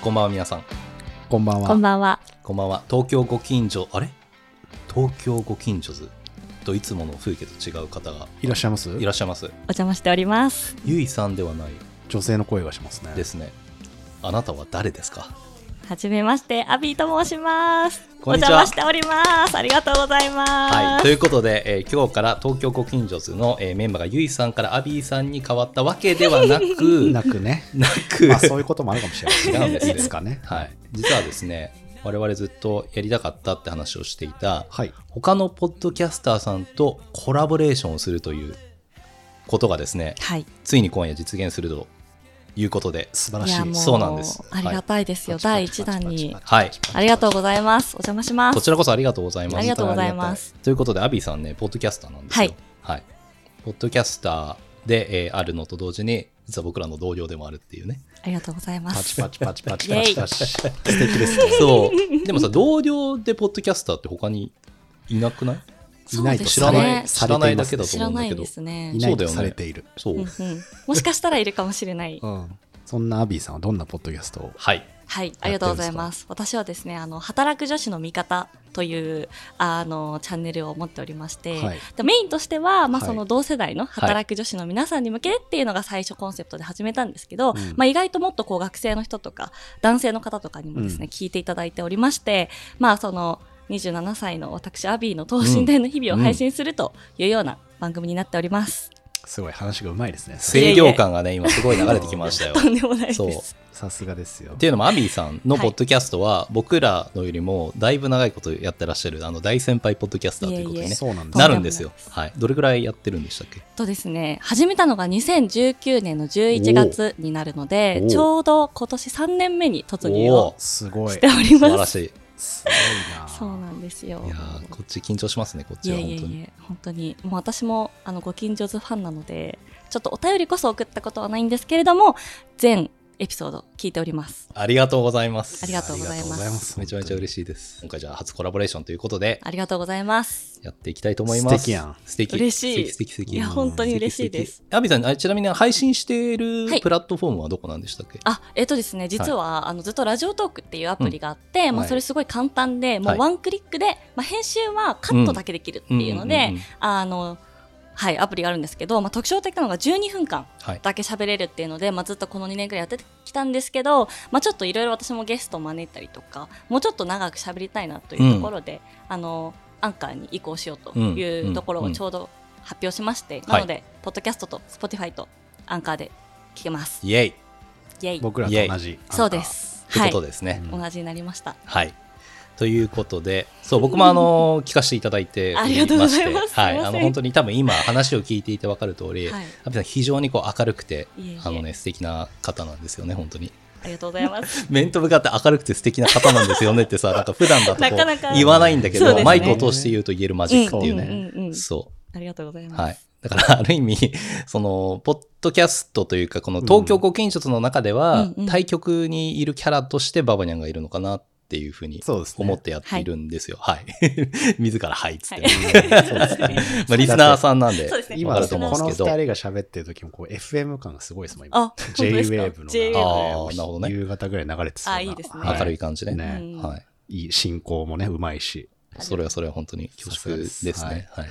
こんばんは皆さん。 こんばんは。 こんばんは。 こんばんは。東京ご近所、東京ご近所図といつもの風景と違う方がいらっしゃいます？ いらっしゃいます。 お邪魔しております。 ゆいさんではない女性の声がしますね。 ですね。あなたは誰ですか？ はじめまして、アビーと申します。 こんにちは。 お邪魔しております。ありがとうございます。 はい、ということで、今日から東京ご近所図の、メンバーがゆいさんからアビーさんに変わったわけではなくなくね。 まあ、 そういうこともあるかもしれない。 違うんですね。 いつかね。 はい。実はですね、我々ずっとやりたかったって話をしていた、 はい、 他のポッドキャスターさんとコラボレーションをするということがですね、 はい、 ついに今夜実現するということで、 素晴らしい。 そうなんです。 ありがたいですよ、第1弾に。 はい。 ありがとうございます。お邪魔します。 こちらこそありがとうございます。 ありがとうございます。 ということで、アビーさんね、ポッドキャスターなんですよ。はい。ポッドキャスターで、あるのと同時に、実は僕らの同僚でもあるっていうね。 ありがとうございます。 パチパチパチパチパチパチ。素敵ですね。 そう。でもさ、同僚でポッドキャスターって他にいなくない？ いないと知らないだけだと思うんだけど。 知らないですね。 いないとされている。 そう。 もしかしたらいるかもしれない。 そんなアビーさんはどんなポッドキャストを？ はい、ありがとうございます。私はですね、働く女子の味方というチャンネルを持っておりまして、メインとしては、その同世代の働く女子の皆さんに向けてっていうのが最初コンセプトで始めたんですけど、意外ともっとこう学生の人とか男性の方とかにもですね、聞いていただいておりまして、その27歳の私アビーの等身大の日々を配信するというような番組になっております。 すごい話がうまいですね。 清涼感がね、今すごい流れてきましたよ。 とんでもないです。 そう。 さすがですよ。 っていうのもアビーさんのポッドキャストは、僕らのよりもだいぶ長いことやってらっしゃる大先輩ポッドキャスターということに、ね、なるんですよ。はい。どれくらいやってるんでしたっけ？ ですね、始めたのが2019年の11月になるので、ちょうど今年3年目に突入をしております。 素晴らしい。 すごいな。 そうなんですよ。 いやこっち緊張しますね。こっちは本当に。 本当にもう私もご近所図ファンなので、ちょっとお便りこそ送ったことはないんですけれども、全エピソード聞いております。 ありがとうございます。 ありがとうございます。 めちゃめちゃ嬉しいです。今回じゃあ初コラボレーションということで、 ありがとうございます。 やっていきたいと思います。 素敵やん。 素敵。 嬉しい。 素敵。 いや本当に嬉しいです。 アビさん、ちなみに配信しているプラットフォームはどこなんでしたっけ？ ですね、実はずっとラジオトークっていうアプリがあって、それすごい簡単で、もうワンクリックで、編集はカットだけできるっていうので、アプリがあるんですけど、特徴的なのが12分間だけ喋れるっていうので、ずっとこの2年ぐらいやってきたんですけど、ちょっといろいろ私もゲストを招いたりとか、もうちょっと長く喋りたいなというところで、アンカーに移行しようというところをちょうど発表しまして、なので、ポッドキャストと Spotify とアンカーで聞けます。 イエイ。 僕らと同じ。 そうです。 ということですね。 同じになりました。 はい。ということで、僕も聞かせていただいてありがとうございます。 本当に多分今話を聞いていて分かる通り、アビさん非常に明るくて素敵な方なんですよね、本当に。 ありがとうございます。 面と向かって明るくて素敵な方なんですよねってさ、なんか普段だと言わないんだけど、マイクを通して言うと言えるマジックっていうね。そう。 ありがとうございます。 だからある意味そのポッドキャストというかこの東京ご近所の中では対極にいるキャラとしてババニャンがいるのかなっていうふうに思ってやっているんですよ。はい。自らはいっつって。リスナーさんなんで今この2人が喋ってる時もこう FM 感がすごいですもん今。J-Wave の夕方ぐらい流れてた。 いいですね。 明るい感じね。 はい。いい進行もねうまいし。 それは本当に恐縮ですね。はい。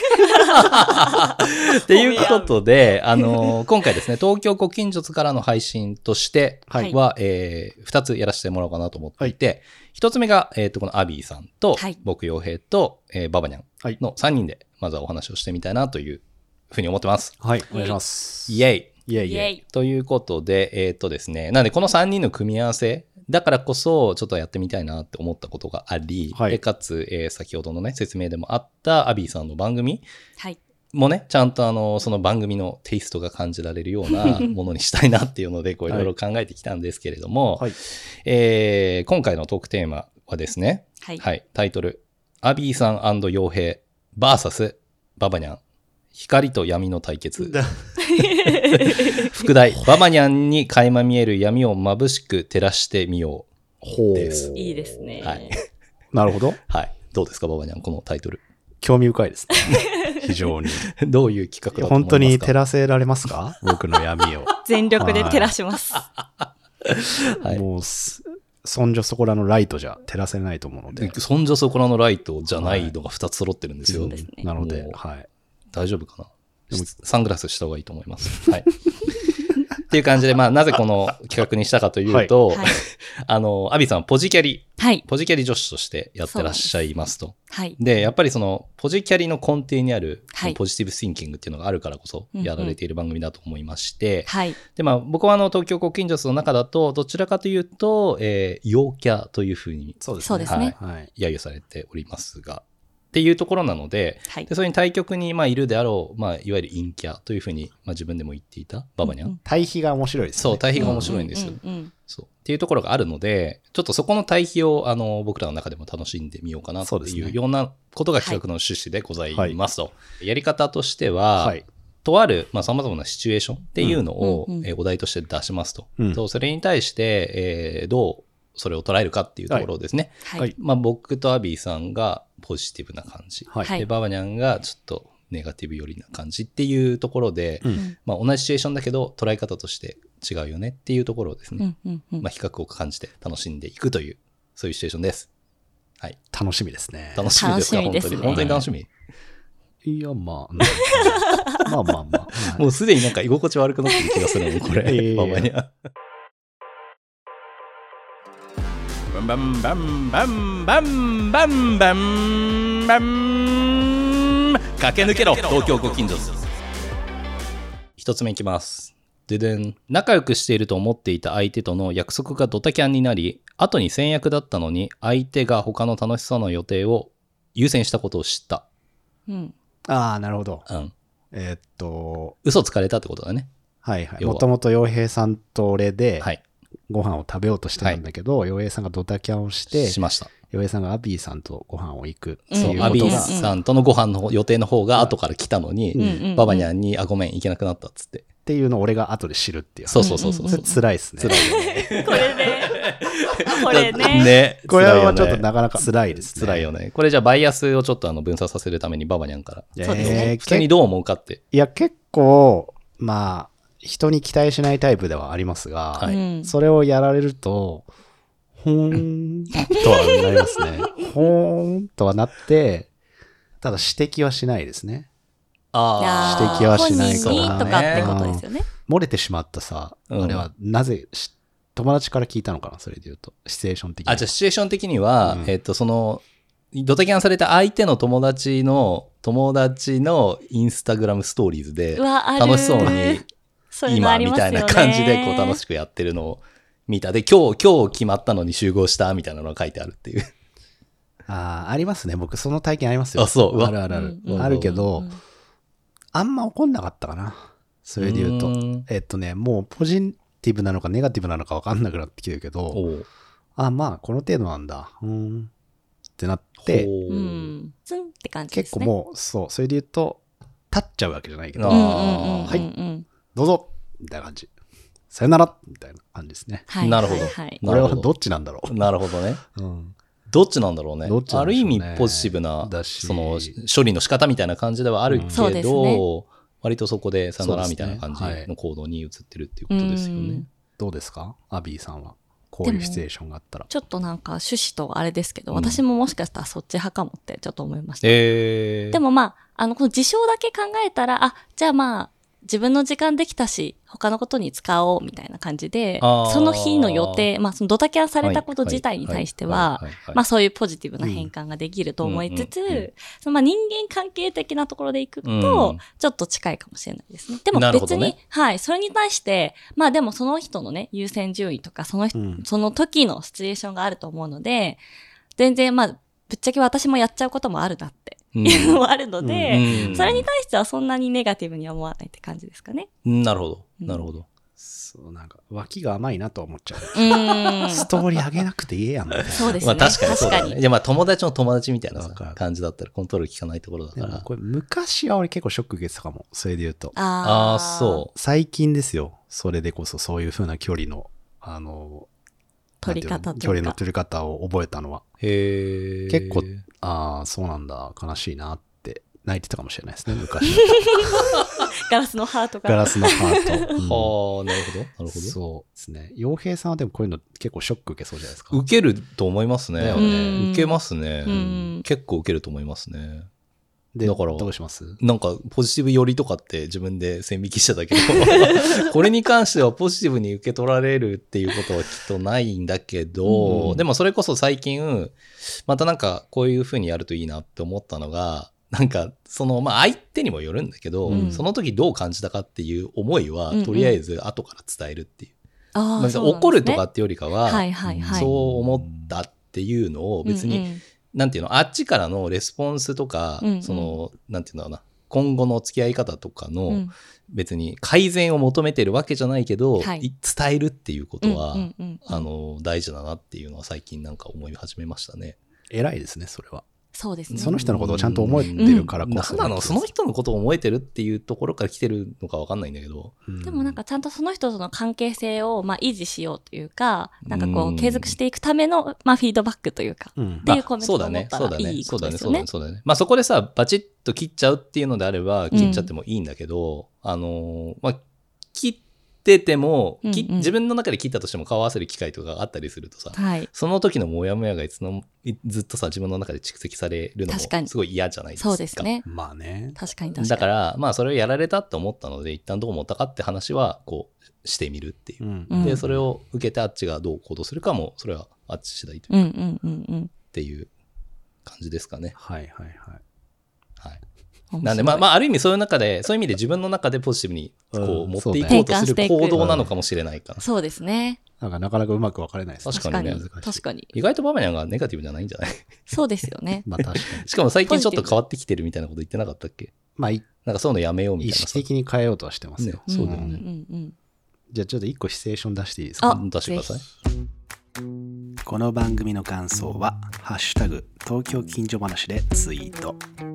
っていうことで、今回ですね、東京ご近所図からの配信としては、2つやらせてもらおうかなと思っていて、1つ目が、このアビーさんと、僕、洋平と、ババニャンの3人で、まずはお話をしてみたいなというふうに思ってます。 はい、お願いします。 イェイ。 イェイイェイ。 ということで、ですね、なのでこの3人の組み合わせ、だからこそちょっとやってみたいなって思ったことがあり、かつ、先ほどのね説明でもあったアビーさんの番組もね、ちゃんとその番組のテイストが感じられるようなものにしたいなっていうのでいろいろ考えてきたんですけれども、今回のトークテーマはですね、タイトルアビーさん&洋平 VS ババニャン光と闇の対決副題ババニャンに垣間見える闇を眩しく照らしてみようです。 いいですね。 なるほど。 はい。どうですかババニャン、このタイトル。 興味深いですね。非常に。 どういう企画だと思いますか？ 本当に照らせられますか？僕の闇を。 全力で照らします。 もうそんじょそこらのライトじゃ照らせないと思うので。 そんじょそこらのライトじゃないのが2つ揃ってるんですよ。 そうですね。 なので、はい。 大丈夫かな。サングラスした方がいいと思います。はい。っていう感じで、まあ、なぜこの企画にしたかというと、はい、アビさん、ポジキャリ、はい、ポジキャリ女子としてやってらっしゃいますと。はい、で、やっぱりその、ポジキャリの根底にある、ポジティブシンキングっていうのがあるからこそ、やられている番組だと思いまして、はい、で、まあ、僕は東京コキンジョスの中だと、どちらかというと、陽キャというふうに、 そうですね。 はい、揶揄されておりますが、っていうところなので、はい、でそれに対極にいるであろう、いわゆる陰キャというふうに、自分でも言っていたババニャン。 対比が面白いですね。 そう、対比が面白いんですよ。そうっていうところがあるので、ちょっとそこの対比を僕らの中でも楽しんでみようかなというようなことが企画の趣旨でございますと。はい、やり方としては、はい、とある様々なシチュエーションっていうのをお題として出しますと。それに対して、どうそれを捉えるかっていうところをですね。はい、僕とアビーさんがポジティブな感じ。はい、で、ババニャンがちょっとネガティブ寄りな感じっていうところで、同じシチュエーションだけど捉え方として違うよねっていうところをですね。比較を感じて楽しんでいくという、そういうシチュエーションです。はい。 楽しみですね。 楽しみですか、本当に。本当に楽しみ。 いや、まあ。 もうすでになんか居心地悪くなってる気がするもん、これ。ババニャン。バンバンバンバンバンバンバン駆け抜けろ東京ご近所。一つ目いきます。ででん。仲良くしていると思っていた相手との約束がドタキャンになり、後に先約だったのに相手が他の楽しそうな予定を優先したことを知った。 ああ、なるほど。 嘘つかれたってことだね。 はいはい。もともと洋平さんと俺で、はい、ご飯を食べようとしてたんだけど、洋平さんがドタキャンをしてしました。 洋平さんがアビーさんとご飯を行くっていうことが、 アビーさんとのご飯の予定の方が後から来たのに、ババニャンにごめん行けなくなったっつってっていうのを俺が後で知るっていう。 そう。 辛いですね。 辛いよね。 これね。 これはちょっとなかなか辛いですね。 辛いよね。これじゃあバイアスをちょっと分散させるためにババニャンから。 そうですね。 普通にどう思うかって。 いや、結構、人に期待しないタイプではありますが、はい、それをやられると、ほーんとはなりますね。ほーんとはなって、ただ指摘はしないですね。指摘はしないから。 本人にとかってことですよね。 漏れてしまったさ、あれはなぜ、友達から聞いたのかな、それで言うと。シチュエーション的には。 じゃあシチュエーション的には、ドタキャンされた相手の友達のインスタグラムストーリーズで、楽しそうに、今みたいな感じでこう楽しくやってるのを見た。で、今日決まったのに集合したみたいなのが書いてあるっていう。 ありますね。僕その体験ありますよ。 あ、そう。 ある。あるけど、あんま怒んなかったかな。それで言うと。もうポジティブなのかネガティブなのか分かんなくなってきてるけど、この程度なんだ。ってなって、 ツンって感じですね。 結構もう、それで言うと、立っちゃうわけじゃないけど、はい。どうぞみたいな感じ。さよならみたいな感じですね。 なるほど。 これはどっちなんだろう。 なるほどね。どっちなんだろうね。ある意味ポジティブな、その処理の仕方みたいな感じではあるけど、割とそこでさよならみたいな感じの行動に移ってるっていうことですよね。 どうですか？アビーさんは。こういうシチュエーションがあったら。 ちょっとなんか趣旨とあれですけど、私ももしかしたらそっち派かもってちょっと思いました。でもこの事象だけ考えたら、じゃあ自分の時間できたし、他のことに使おうみたいな感じで、その日の予定、そのドタキャンされたこと自体に対しては、そういうポジティブな変換ができると思いつつ、人間関係的なところでいくと、ちょっと近いかもしれないですね。でも別に、それに対して、でもその人のね、優先順位とか、その時のシチュエーションがあると思うので、全然ぶっちゃけ私もやっちゃうこともあるなっていうのもあるので、それに対してはそんなにネガティブには思わないって感じですかね。 なるほど。なるほど。 なんか脇が甘いなと思っちゃう。ストーリー上げなくていいやんみたいな。 そうですね。 確かにそうだね。いや友達の友達みたいな感じだったらコントロール効かないところだから。 これ昔は俺結構ショック受けてたかも。それで言うと。 そう。 最近ですよ。それでこそそういう風な距離の取り方というか。 距離の取り方を覚えたのは。結構そうなんだ悲しいなって泣いてたかもしれないですね、昔。 ガラスのハートが。 ガラスのハート。 はあ、なるほど。なるほど。 そうですね。洋平さんはでもこういうの結構ショック受けそうじゃないですか。 受けると思いますね。 だよね。 受けますね。結構受けると思いますね。 で、だからどうします？ なんかポジティブ寄りとかって自分で線引きしてたけどこれに関してはポジティブに受け取られるっていうことはきっとないんだけど、でもそれこそ最近またなんかこういう風にやるといいなって思ったのが、なんかまあ相手にもよるんだけど、その時どう感じたかっていう思いはとりあえず後から伝えるっていう、怒るとかってよりかは、そう思ったっていうのを別に、なんていうの、あっちからのレスポンスとか、なんていうのかな、今後の付き合い方とかの、別に改善を求めてるわけじゃないけど、伝えるっていうことは、大事だなっていうのは最近なんか思い始めましたね。 偉いですね、それは。 そうですね。 その人のことをちゃんと思えてるからこそ。 なんなの、その人のことを思えてるっていうところから来てるのかわかんないんだけど。 でもなんかちゃんとその人との関係性を維持しようというか、なんかこう継続していくためのフィードバックというか、っていうコメントを持ったらいいことですよね。 そうだね。まあそこでさ、バチッと切っちゃうっていうのであれば、切っちゃってもいいんだけど、切ってても、自分の中で切ったとしても顔合わせる機会とかがあったりするとさ、その時のモヤモヤがずっとさ、自分の中で蓄積されるのもすごい嫌じゃないですか。 そうですね。 まあね。 確かに。 だから、まあそれをやられたって思ったので、一旦どう思ったかって話は、こうしてみるっていう。で、それを受けてあっちがどう行動するかも、それはあっち次第というか、っていう感じですかね。 はい。 なんで、まあ、ある意味そういう意味で自分の中でポジティブにこう持っていこうとする行動なのかもしれないから。 そうですね。 なかなかうまく分かれないですね。 確かにね。 確かに。 意外とババニャンがネガティブじゃないんじゃない？ そうですよね。 まあ確かに。 しかも最近ちょっと変わってきてるみたいなこと言ってなかったっけ？ まあ、 なんかそういうのやめようみたいな。 意識的に変えようとはしてますよ。 そうだよね。 じゃあちょっと一個シチュエーション出していいですか？ 出してください。 この番組の感想は、ハッシュタグ、東京近所話でツイート。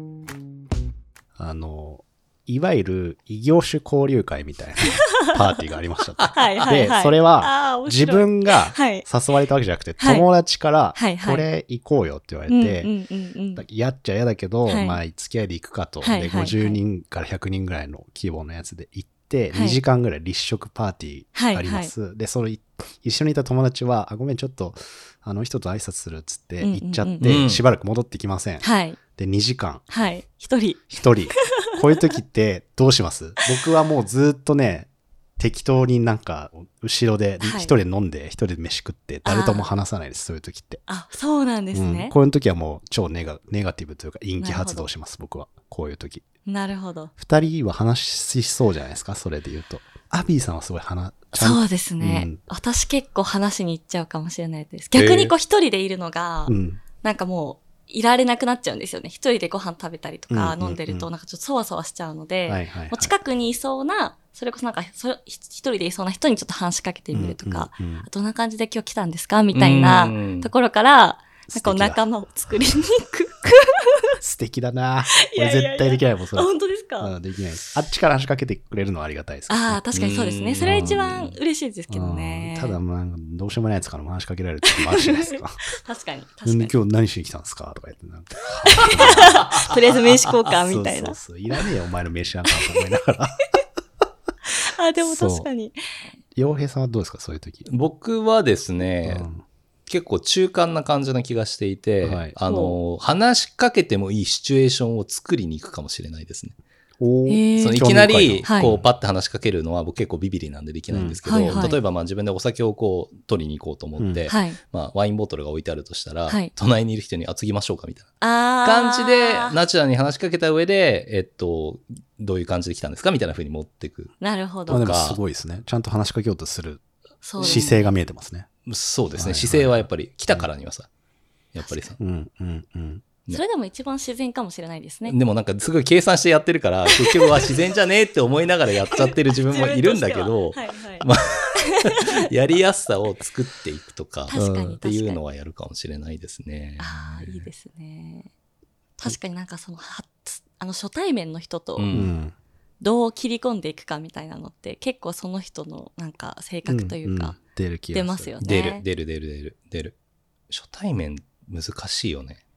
いわゆる異業種交流会みたいなパーティーがありました。で、それは自分が誘われたわけじゃなくて、友達からこれ行こうよって言われて、やっちゃ嫌だけど、まあ付き合いで行くかと。で、50人から100人ぐらいの規模のやつで行って、2時間ぐらい立食パーティーあります。で、一緒にいた友達は、ごめん、ちょっとあの人と挨拶するっつって行っちゃって、しばらく戻ってきません。で、2時間。 一人。 こういう時ってどうします？僕はもうずっとね、適当になんか後ろで一人で飲んで一人で飯食って誰とも話さないです、そういう時って。 そうなんですね。 こういう時はもう超ネガティブというか陰気発動します、僕は。こういう時。 なるほど。 二人は話しそうじゃないですか、それで言うと。アビーさんはすごいそうですね。私結構話に行っちゃうかもしれないです。逆にこう一人でいるのが、なんかもう、いられなくなっちゃうんですよね。一人でご飯食べたりとか飲んでるとなんかちょっとそわそわしちゃうので、もう近くにいそうな、それこそなんか一人でいそうな人にちょっと話しかけてみるとか、どんな感じで今日来たんですかみたいなところから、なんか仲間を作りに行く。 素敵だな。俺絶対できないもん、それ。 本当ですか？ できないです。あっちから話しかけてくれるのはありがたいです。 確かにそうですね。それは一番嬉しいですけどね。 ただまあ、どうしようもないやつからも話しかけられる時もあるじゃないですか。 確かに。 今日何しに来たんですかとか言ってなんか。 とりあえず名刺交換みたいな。 そう。いらねえよ、お前の名刺なんかと思いながら。 でも確かに。 洋平さんはどうですか、そういう時。 僕はですね、結構中間な感じな気がしていて、話しかけてもいいシチュエーションを作りに行くかもしれないですね。いきなりこうパッて話しかけるのは僕結構ビビリなんでできないんですけど、例えばまあ自分でお酒をこう取りに行こうと思って、まあワインボトルが置いてあるとしたら、隣にいる人に継ぎましょうかみたいな感じでナチュラルに話しかけた上で、どういう感じで来たんですかみたいな風に持っていく。 なるほど。 でもすごいですね。ちゃんと話しかけようとする姿勢が見えてますね。 そうですね。姿勢はやっぱり来たからにはさ、やっぱりさ。 それでも一番自然かもしれないですね。 でもなんかすごい計算してやってるから、結局は自然じゃねえって思いながらやっちゃってる自分もいるんだけど、まあ、やりやすさを作っていくとかっていうのはやるかもしれないですね。 いいですね。確かになんか初対面の人とどう切り込んでいくかみたいなのって結構その人のなんか性格というか出ますよね。 出る。初対面難しいよね。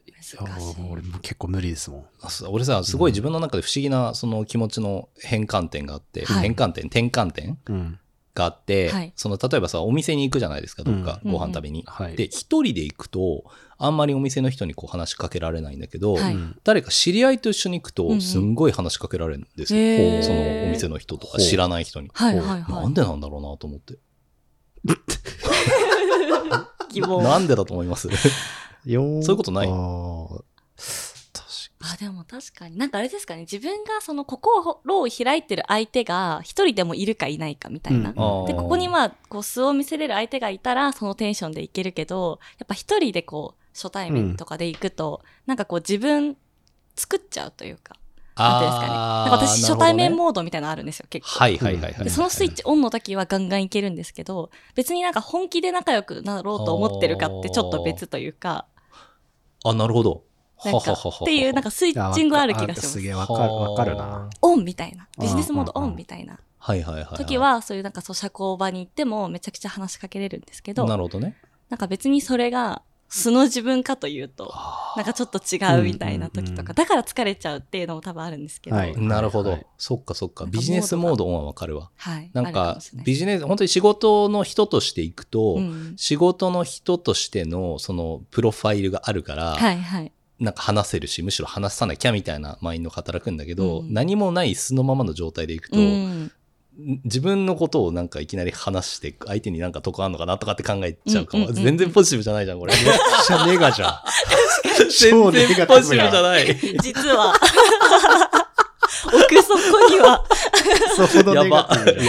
難しい。 俺も結構無理ですもん。 俺さ、すごい自分の中で不思議なその気持ちの変換点があって、転換点があって、例えばさ、お店に行くじゃないですか、どっかご飯食べに。で、一人で行くと、あんまりお店の人にこう話しかけられないんだけど、誰か知り合いと一緒に行くと、すんごい話しかけられるんですよ。そのお店の人とか知らない人に。なんでなんだろうなと思って。なんでだと思います？そういうことない？ でも確かに。なんかあれですかね、自分がその心を開いてる相手が一人でもいるかいないかみたいな。で、ここにこう素を見せれる相手がいたらそのテンションでいけるけど、やっぱ一人でこう初対面とかで行くと、なんかこう自分作っちゃうというか。なんていうんですかね。なんか私初対面モードみたいなのあるんですよ、結構。で、そのスイッチオンの時はガンガンいけるんですけど、別になんか本気で仲良くなろうと思ってるかってちょっと別というか。 なるほど。 なんかっていうなんかスイッチングある気がします。 すげえわかるな。 オンみたいな。ビジネスモードオンみたいな。時はそういうなんか社交場に行ってもめちゃくちゃ話しかけれるんですけど。 なるほどね。 なんか別にそれが素の自分かというと、なんかちょっと違うみたいな時とか、だから疲れちゃうっていうのも多分あるんですけど。 なるほど。そっか。ビジネスモードオンはわかるわ。なんかビジネス、本当に仕事の人としていくと、仕事の人としてのそのプロファイルがあるから、なんか話せるし、むしろ話さなきゃみたいなマインドが働くんだけど、何もない素のままの状態でいくと、自分のことをなんかいきなり話して相手になんか得あんのかなとかって考えちゃうかも。全然ポジティブじゃないじゃん、これ。めっちゃネガじゃん。全然ポジティブじゃない。 実は。奥底には。 やば。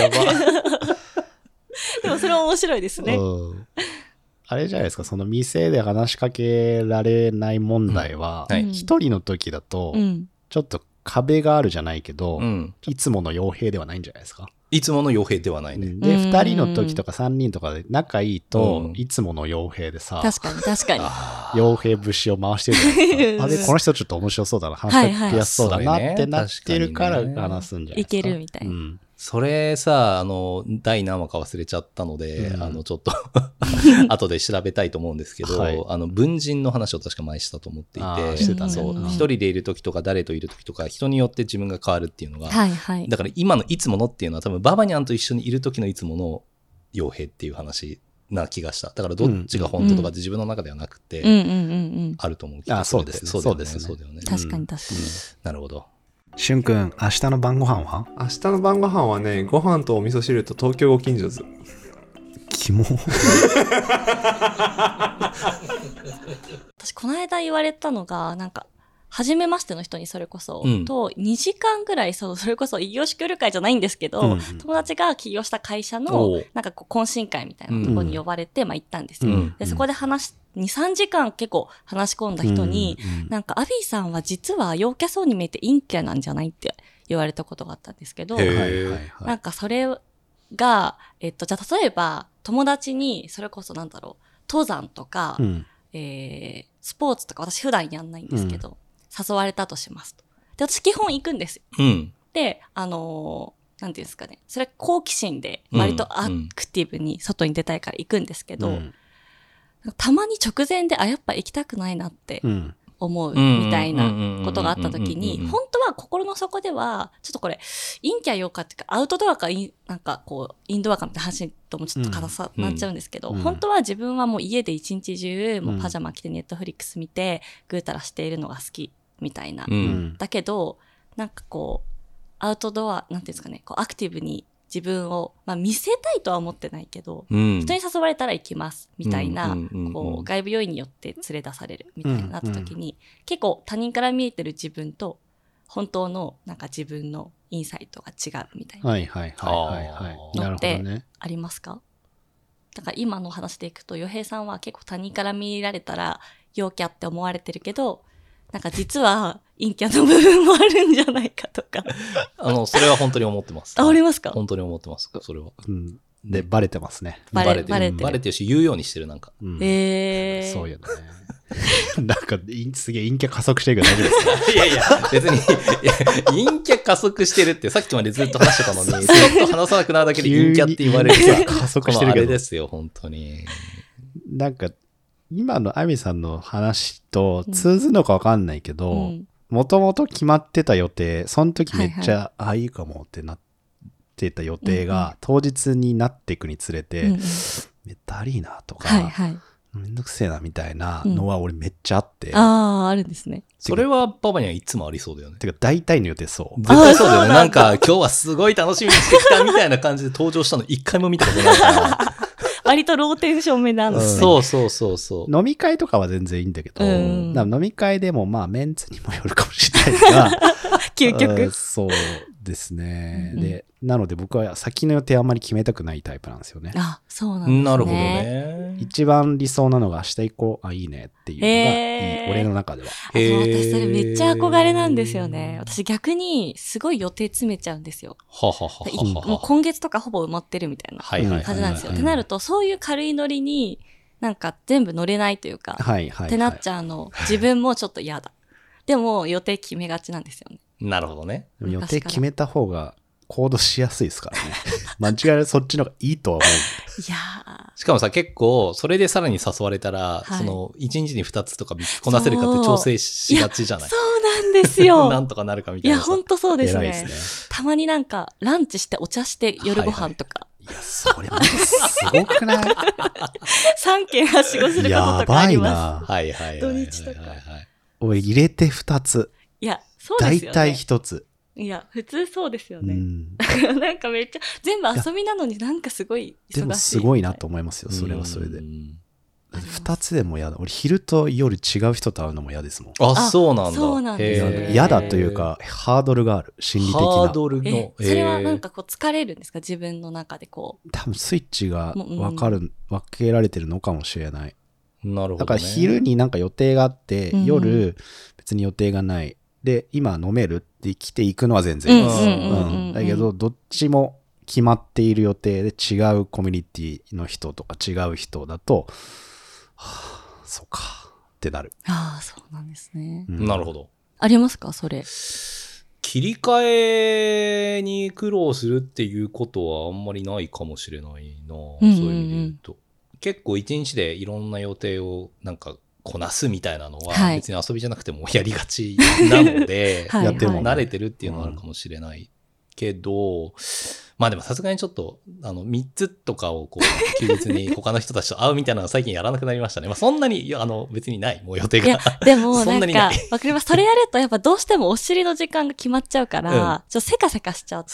でもそれは面白いですね。 あれじゃないですか、その店で話しかけられない問題は、一人の時だと、ちょっと壁があるじゃないけど、いつもの傭兵ではないんじゃないですか。 いつもの傭兵ではないね。 で、二人の時とか三人とかで仲いいと、いつもの傭兵でさ、 確かに。 傭兵節を回してるじゃないですか。で、この人ちょっと面白そうだな、話しかけやすそうだなってなってるから話すんじゃないですか。 いけるみたいな。 それさ、第何話か忘れちゃったので、ちょっと後で調べたいと思うんですけど、文人の話を確か前したと思っていて、そう、一人でいる時とか誰といる時とか、人によって自分が変わるっていうのが、だから今のいつものっていうのは多分ババニャンと一緒にいる時のいつもの傭兵っていう話な気がした。だからどっちが本当とかって自分の中ではなくて、あると思う気がする。 そうですね。 確かに。 なるほど。 しゅんくん、明日の晩ご飯は？ 明日の晩ご飯はね、ご飯とお味噌汁と東京ご近所図。 キモ。 私この間言われたのが、なんか初めましての人にそれこそ、と2時間ぐらいそれこそ異業種協力会じゃないんですけど、友達が起業した会社のなんかこう懇親会みたいなところに呼ばれて、行ったんですよ。でそこで2、3時間結構話し込んだ人に、なんかアビーさんは実は陽キャそうに見えて陰キャなんじゃないって言われたことがあったんですけど、なんかそれが、じゃあ例えば友達にそれこそ登山とか、スポーツとか私普段やんないんですけど、誘われたとしますと。で、私基本行くんですよ。で、なんていうんですかね。それ好奇心で割とアクティブに外に出たいから行くんですけど、たまに直前で、やっぱ行きたくないなって思うみたいなことがあった時に、本当は心の底では、ちょっとこれ、陰キャ陽かっていうか、アウトドアかなんかこう、インドアかみたいな話ともちょっと硬さなっちゃうんですけど、本当は自分はもう家で一日中、もうパジャマ着てネットフリックス見て、ぐうたらしているのが好きみたいな。だけど、なんかこう、アウトドア、なんていうんですかね、こうアクティブに自分を、見せたいとは思ってないけど、人に誘われたら行きますみたいな、こう外部要因によって連れ出されるみたいになった時に、結構他人から見えてる自分と本当のなんか自分のインサイトが違うみたいなのってありますか？だから今の話でいくと、ヨヘイさんは結構他人から見られたら陽キャって思われてるけど、なんか実は陰キャの部分もあるんじゃないかとかそれは本当に思ってます。 ありますか？ 本当に思ってます。それは。 で、バレてますね。 バレてるし、言うようにしてる、なんか。 そういうのね。なんか、すげえ陰キャ加速してるけど大丈夫ですか？ いや、別に、陰キャ加速してるって、さっきまでずっと話してたのに、ずっと話さなくなるだけで陰キャって言われるさ、 加速してるけど。 あれですよ、本当に。 なんか、 今のアミさんの話と通ずるのか分かんないけど、もともと決まってた予定、その時めっちゃ、いいかもってなってた予定が、当日になっていくにつれて、めったりーなとか、めんどくせえなみたいなのは俺めっちゃあって。 あるんですね。 それはパパにはいつもありそうだよね。 てか大体の予定そう。 絶対そうだよね。なんか今日はすごい楽しみにしてきたみたいな感じで登場したの一回も見たことないから。 割とローテンション目なんですね。 そう。 飲み会とかは全然いいんだけど、飲み会でもまあメンツにもよるかもしれないが、 究極。 そうですね。で、なので僕は先の予定あんまり決めたくないタイプなんですよね。 そうなんですね。 なるほどね。 一番理想なのが明日行こう、いいねっていうのがいい、俺の中では。 私それめっちゃ憧れなんですよね。私逆にすごい予定詰めちゃうんですよ。もう今月とかほぼ埋まってるみたいな感じなんですよ。ってなると、そういう軽いノリになんか全部乗れないというか、ってなっちゃうの、自分もちょっと嫌だ。でも予定決めがちなんですよね。 なるほどね。 予定決めた方が行動しやすいですからね。間違いなくそっちの方がいいとは思う。 しかもさ、結構それでさらに誘われたら、その1日に2つとかこなせるかって調整しがちじゃない。 そうなんですよ。 なんとかなるかみたいな。 いや、ほんとそうですね。たまになんかランチしてお茶して夜ご飯とか。 いや、それマジすごくない？ 3 件はしごすることとかあります。 はい。 土日とか。 俺入れて2つ。 いや、そうですよね。 大体1つ。 いや、普通そうですよね。なんかめっちゃ、全部遊びなのになんかすごい忙しい。 でもすごいなと思いますよ、それはそれで。2つでも嫌だ。俺昼と夜違う人と会うのも嫌ですもん。 そうなんだ。 そうなんですね。 嫌だというか、ハードルがある。心理的な。 ハードルの。 それはなんかこう疲れるんですか？自分の中でこう。 多分スイッチが分けられてるのかもしれない。 なるほどね。 だから昼になんか予定があって、夜別に予定がない。で、今飲めるって来ていくのは全然いいです。だけど、どっちも決まっている予定で違うコミュニティの人とか違う人だと、そうかってなる。 そうなんですね。 なるほど。 ありますかそれ？ 切り替えに苦労するっていうことはあんまりないかもしれないな。そういう意味で言うと。結構一日でいろんな予定をなんかこなすみたいなのは別に遊びじゃなくてもやりがちなので、やっても慣れてるっていうのはあるかもしれないけど、まあでもさすがにちょっと3つとかをこう休日に他の人たちと会うみたいなのは最近やらなくなりましたね。まあそんなに別にないもう予定が。 いやでもなんかわかります。それやるとやっぱどうしてもお尻の時間が決まっちゃうから、ちょっとせかせかしちゃって、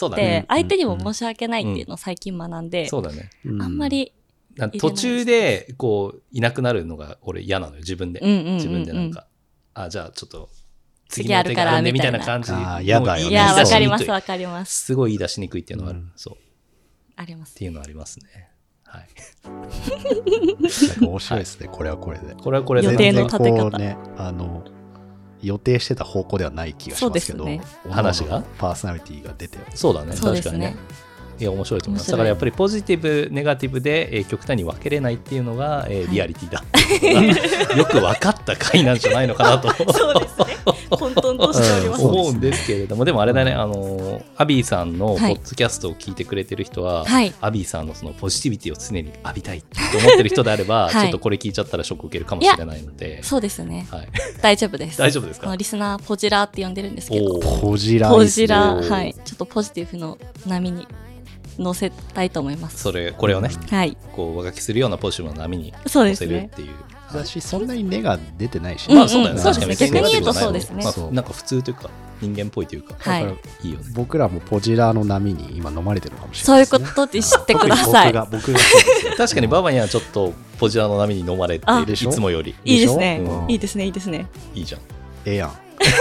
相手にも申し訳ないっていうのを最近学んで、 そうだね。 あんまり途中でこういなくなるのが俺嫌なのよ自分で。自分でなんかじゃあちょっと次の手があるねみたいな感じ。 嫌だよね。 いやわかりますわかります。 すごい言い出しにくいっていうのがある。そう。 あります。 っていうのはありますね。はい。 なんか面白いですね。これはこれで。 これはこれで予定の立て方ね予定してた方向ではない気がしますけど、 話がパーソナリティが出てる。 そうだね。確かにね。いや面白いと思います。だからやっぱりポジティブネガティブで、極端に分けれないっていうのが、リアリティだよく分かった回なんじゃないのかなとそうですね混沌としております、 思うんですけれども、でもあれだね、アビーさんのポッドキャストを聞いてくれてる人は、アビーさんのそのポジティビティを常に浴びたいと思ってる人であれば、ちょっとこれ聞いちゃったらショック受けるかもしれないので。 そうですね、大丈夫です。 大丈夫ですか？ リスナーポジラーって呼んでるんですけど、 ポジラー、はい、ちょっとポジティブの波に乗せたいと思います。 これをね、こう上書きするようなポジティブな波に乗せるっていう。 私そんなに根が出てないし、 まあそうだよね。 確かに逆に言うとそうですね。 なんか普通というか人間っぽいというか、いいよね。 僕らもポジラーの波に今飲まれてるかもしれない。 ない。 そういうことで知ってください。 僕が確かにババにはちょっとポジラーの波に飲まれている、いつもより。 いいですね。いいですね。いいですね。 いいじゃん。 ええやん。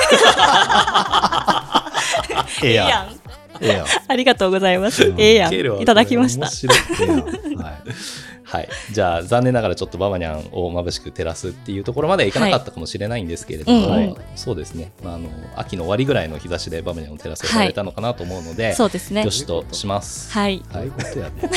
ええやん。ありがとうございます。ええやん。いただきました。 はい。じゃあ残念ながらちょっとババニャンを眩しく照らすっていうところまではいかなかったかもしれないんですけれども、そうですね。秋の終わりぐらいの日差しでババニャンを照らせられたのかなと思うので、 そうですね。 よしとします。 はい。 そういうことやね。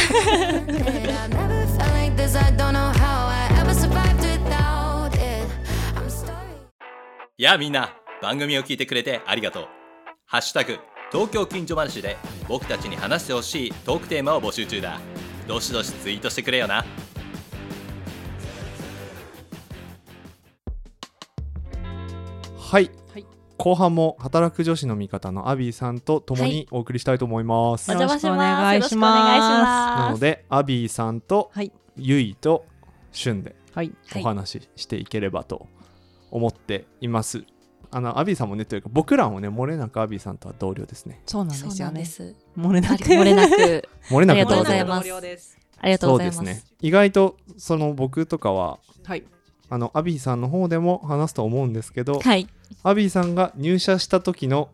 やあみんな、番組を聞いてくれてありがとう。ハッシュタグ東京近所話で僕たちに話してほしいトークテーマを募集中だ。どしどしツイートしてくれよな。 はい、 はい、 後半も働く女子の味方のアビーさんと共にお送りしたいと思います、 はい、お邪魔します。よろしくお願いします。 なのでアビーさんと、はい、ゆいとしゅんでお話ししていければと思っています。アビーさんもねというか僕らもね漏れなくアビーさんとは同僚ですね。 そうなんですよね。 漏れなくありがとうございます。ありがとうございます。そうですね。 意外とその僕とかは、はい、アビーさんの方でも話すと思うんですけど、はい、アビーさんが入社した時の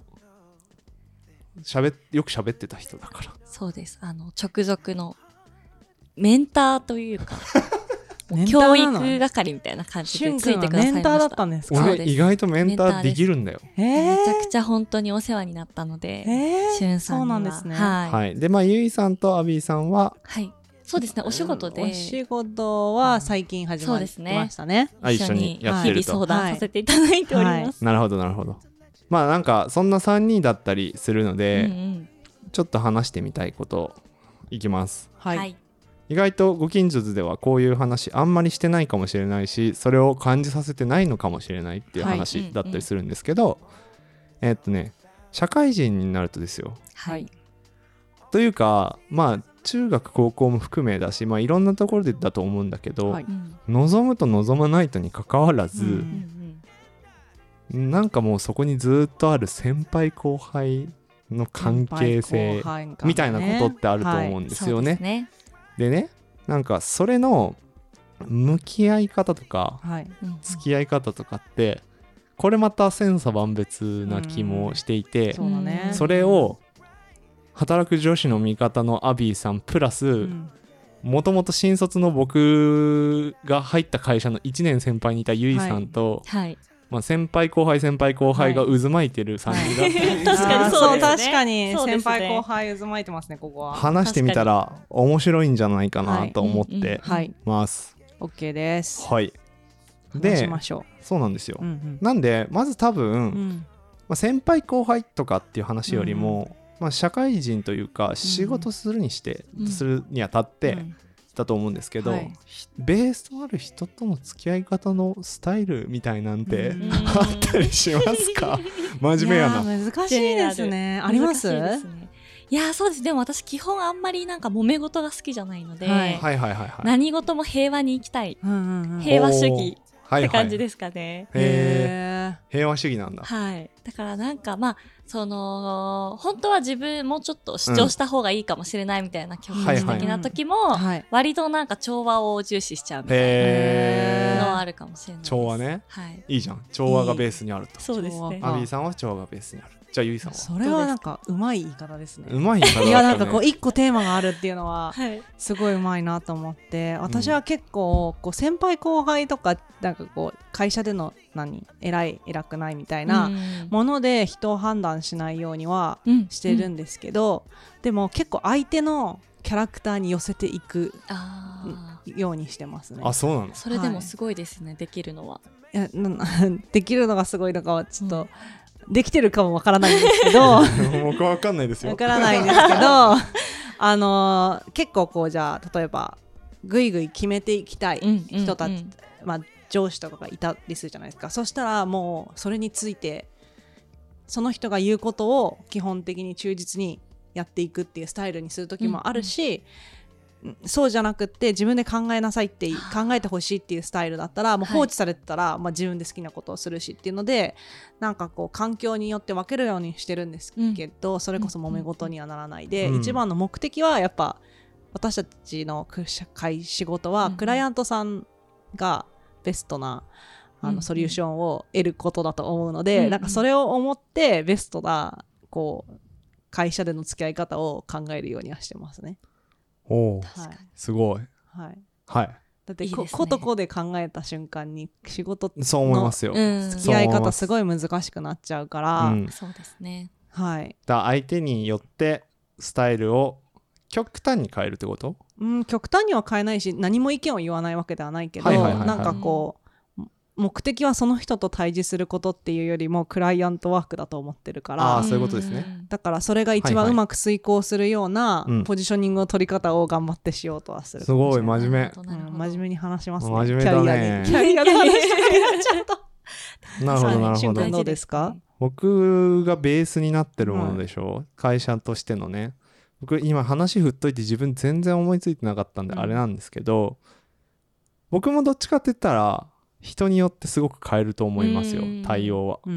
よく喋ってた人だから。 そうです。直属のメンターというか教育係みたいな感じでついてくださいました。 メンターだったんですか？ 俺意外とメンターできるんだよ。 めちゃくちゃ本当にお世話になったので、しゅんさんには。そうなんですね。 はい。でゆいさんとアビーさんは、 はい。そうですね。お仕事で。 お仕事は最近始まりましたね。 一緒にやってると。 日々相談させていただいております。 なるほどなるほど。なんかそんな3人だったりするので、ちょっと話してみたいこといきます。はい。意外とご近所図ではこういう話あんまりしてないかもしれないし、それを感じさせてないのかもしれないっていう話だったりするんですけど、社会人になるとですよ、はい、というか中学高校も含めだし、いろんなところでだと思うんだけど、はい、望むと望まないとにかかわらず、なんかもうそこにずっとある先輩後輩の関係性みたいなことってあると思うんですよね。でね、なんかそれの向き合い方とか、はい、付き合い方とかってこれまた千差万別な気もしていて、それを働く女子の味方のアビーさんプラス、もともと新卒の僕が入った会社の1年先輩にいたゆいさんと、はいはい、先輩後輩が渦巻いてる3人だった、 確かにそうですね。 確かに先輩後輩渦巻いてますね。ここは話してみたら面白いんじゃないかなと思ってます。 OK です。 はい。で、話しましょう。そうなんですよ。なんでまず多分、先輩後輩とかっていう話よりも、社会人というか仕事するにあたってだと思うんですけど、ベースとある人との付き合い方のスタイルみたいなんてあったりしますか？真面目やな。 難しいですね。あります？ いやそうです。でも私基本あんまりなんか揉め事が好きじゃないので、何事も平和に生きたい、平和主義って感じですかね。 平和主義なんだ。 はい。だからなんか本当は自分もうちょっと主張した方がいいかもしれないみたいな局地的な時も、割となんか調和を重視しちゃうみたいなのはあるかもしれないです。 調和ね。はい。いいじゃん。調和がベースにあると。 そうですね。 アビーさんは調和がベースにある。じゃあゆいさんは？ それはなんかうまい言い方ですね。 うまい言い方だったね。 いやなんかこう一個テーマがあるっていうのはすごいうまいなと思って、私は結構こう先輩後輩とかなんかこう会社での偉くないみたいなもので人を判断しないようにはしてるんですけど、でも結構相手のキャラクターに寄せていくようにしてますね。 あ、そうなの？ それでもすごいですね、できるのは。 いやできるのがすごいのかはちょっと、できてるかもわからないんですけど僕はわかんないですよ。 わからないんですけど結構こうじゃあ例えばぐいぐい決めていきたい人たち、上司とかがいたりするじゃないですか。そしたらもうそれについてその人が言うことを基本的に忠実にやっていくっていうスタイルにする時もあるし、そうじゃなくって自分で考えなさいって考えてほしいっていうスタイルだったらもう放置されてたら、自分で好きなことをするしっていうので、なんかこう環境によって分けるようにしてるんですけど、それこそ揉め事にはならないで、一番の目的はやっぱ私たちの仕事はクライアントさんがベストなソリューションを得ることだと思うので、なんかそれを思ってベストなこう会社での付き合い方を考えるようにはしてますね。 おー、すごい。 はい。 はい。 だってことこで考えた瞬間に仕事のそう思いますよ。 付き合い方すごい難しくなっちゃうから、 そうですね。 はい。 だ相手によってスタイルを極端に変えるってこと？ 極端には変えないし、何も意見を言わないわけではないけど、なんかこう目的はその人と対峙することっていうよりもクライアントワークだと思ってるから、 そういうことですね。 だからそれが一番うまく遂行するようなポジショニングの取り方を頑張ってしようとはする。 すごい真面目。 真面目に話しますね。 真面目だね。 キャリアの話になっちゃうとなるほどなるほど。 どうですか？ 僕がベースになってるものでしょ、会社としてのね。僕今話振っといて自分全然思いついてなかったんであれなんですけど、僕もどっちかって言ったら人によってすごく変えると思いますよ、対応は。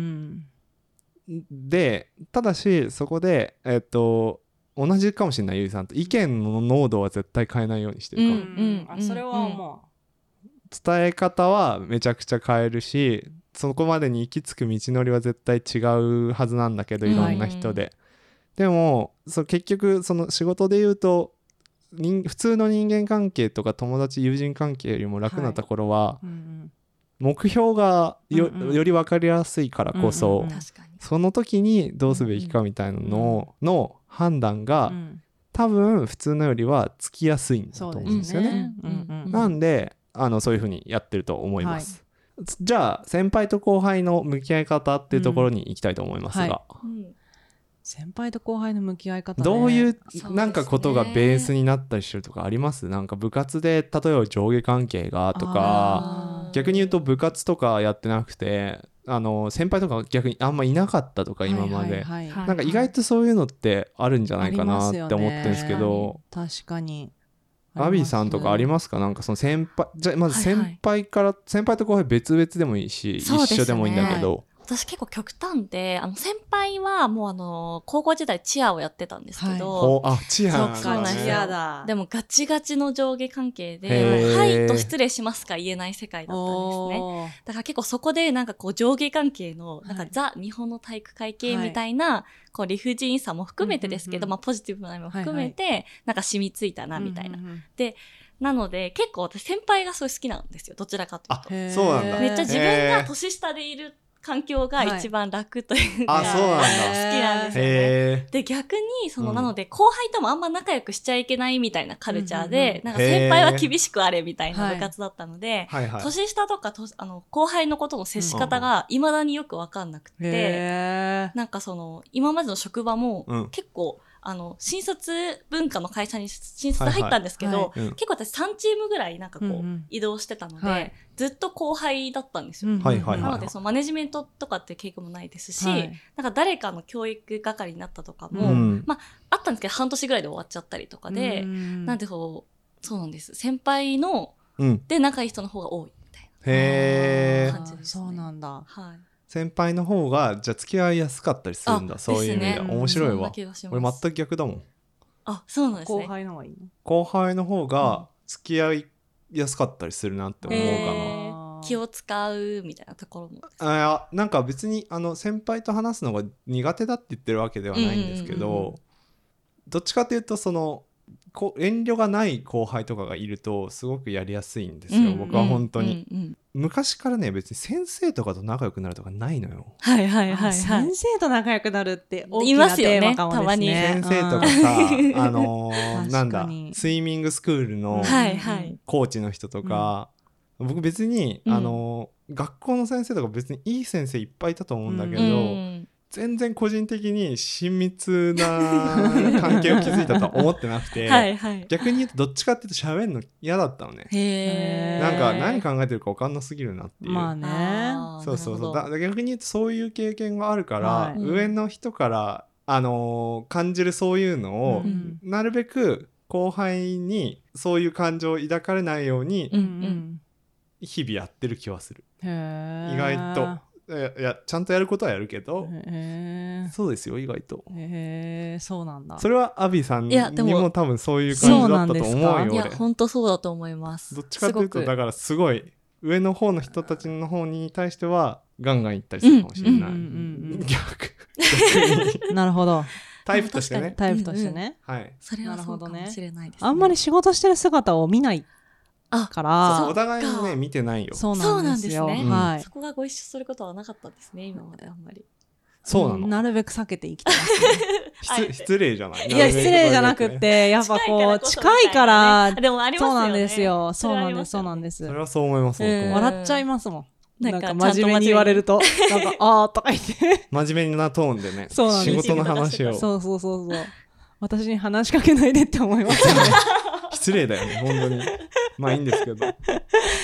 でただしそこで同じかもしれないゆいさんと意見の濃度は絶対変えないようにしてるかも。 それは思う。伝え方はめちゃくちゃ変えるし、そこまでに行き着く道のりは絶対違うはずなんだけど、いろんな人で、でも結局その仕事で言うと普通の人間関係とか友達友人関係よりも楽なところは、目標が より分かりやすいからこそ、その時にどうすべきかみたいなのの判断が、多分普通のよりはつきやすいんだと思うんですよね。なんでそういう風にやってると思います。じゃあ先輩と後輩の向き合い方っていうところに行きたいと思いますが、 先輩と後輩の向き合い方、ね、 どういうなんかことがベースになったりしてるとかあります？なんか部活で例えば上下関係がとか、逆に言うと部活とかやってなくて先輩とか逆にあんまいなかったとか今まで、なんか意外とそういうのってあるんじゃないかなって思ってるんですけど、 確かにアビーさんとかありますか？なんかその先輩じゃあまず先輩から、先輩と後輩別々でもいいし、一緒でもいいんだけど。 私結構極端で、先輩はもう高校時代チアをやってたんですけど、 チアなんですよ。でもガチガチの上下関係で、もうはいと失礼しますか言えない世界だったんですね。だから結構そこでなんか上下関係のなんかザ日本の体育会系みたいな、理不尽さも含めてですけど、ポジティブな意味も含めて、なんか染みついたなみたいな。でなので結構私先輩がすごい好きなんですよ、どちらかというと。 そうなんだ。 めっちゃ自分が年下でいる環境が一番楽というか、 そうなんだ。 好きなんですよね。で逆になので後輩ともあんま仲良くしちゃいけないみたいなカルチャーで、なんか先輩は厳しくあれみたいな部活だったので、年下とか後輩のことの接し方が未だによく分かんなくて、なんか今までの職場も結構新卒文化の会社に新卒で入ったんですけど、結構私3チームぐらいなんか移動してたので、ずっと後輩だったんですよ。なのでマネジメントとかって経験もないですし、なんか誰かの教育係になったとかも、あったんですけど半年ぐらいで終わっちゃったりとかで、なんでそうなんです。先輩の、で仲いい人の方が多いみたいな感じです。 そうなんだ。 先輩の方がじゃあ付き合いやすかったりするんだ。そういう意味で面白いわ。俺全く逆だもん。 そうなんですね。 後輩の方がいいの？ 後輩の方が付き合いやすかったりするなって思うかな。気を使うみたいなところも。 なんか別に先輩と話すのが苦手だって言ってるわけではないんですけど、どっちかというと遠慮がない後輩とかがいるとすごくやりやすいんですよ、僕は本当に。昔からね、別に先生とかと仲良くなるとかないのよ。 先生と仲良くなるって大きなテーマかもですね。 先生とかさなんだスイミングスクールのコーチの人とか、僕別に学校の先生とか別にいい先生いっぱいいたと思うんだけど、全然個人的に親密な関係を築いたとは思ってなくて逆に言うとどっちかっていうと喋るの嫌だったのね。なんか何考えてるか分かんなすぎるなっていう。そう逆に言うとそういう経験があるから、上の人から感じるそういうのを、なるべく後輩にそういう感情を抱かれないように日々やってる気はする。意外といやちゃんとやることはやるけど、そうですよ意外と。 そうなんだ。 それはアビさんにも多分そういう感じだったと思うよ。 いや本当そうだと思います。 どっちかというとだからすごい上の方の人たちの方に対してはガンガン行ったりするかもしれない。逆になるほど。 タイプとしてね。 タイプとしてね。 それはそうかもしれないです。 あんまり仕事してる姿を見ないからお互いにね見てないよ。 そうなんですね。そこがご一緒することはなかったんですね今まであんまり。 そうなの。 なるべく避けていきたいですね。失礼じゃない？ いや失礼じゃなくてやっぱ近いからでもありますよね。 そうなんですよ。そうなんです。 それはそう思います。 笑っちゃいますもん。なんか真面目に言われるとなんかあーとか言って真面目なトーンでね仕事の話をそう私に話しかけないでって思いますよね。 失礼だよね本当に。まあいいんですけど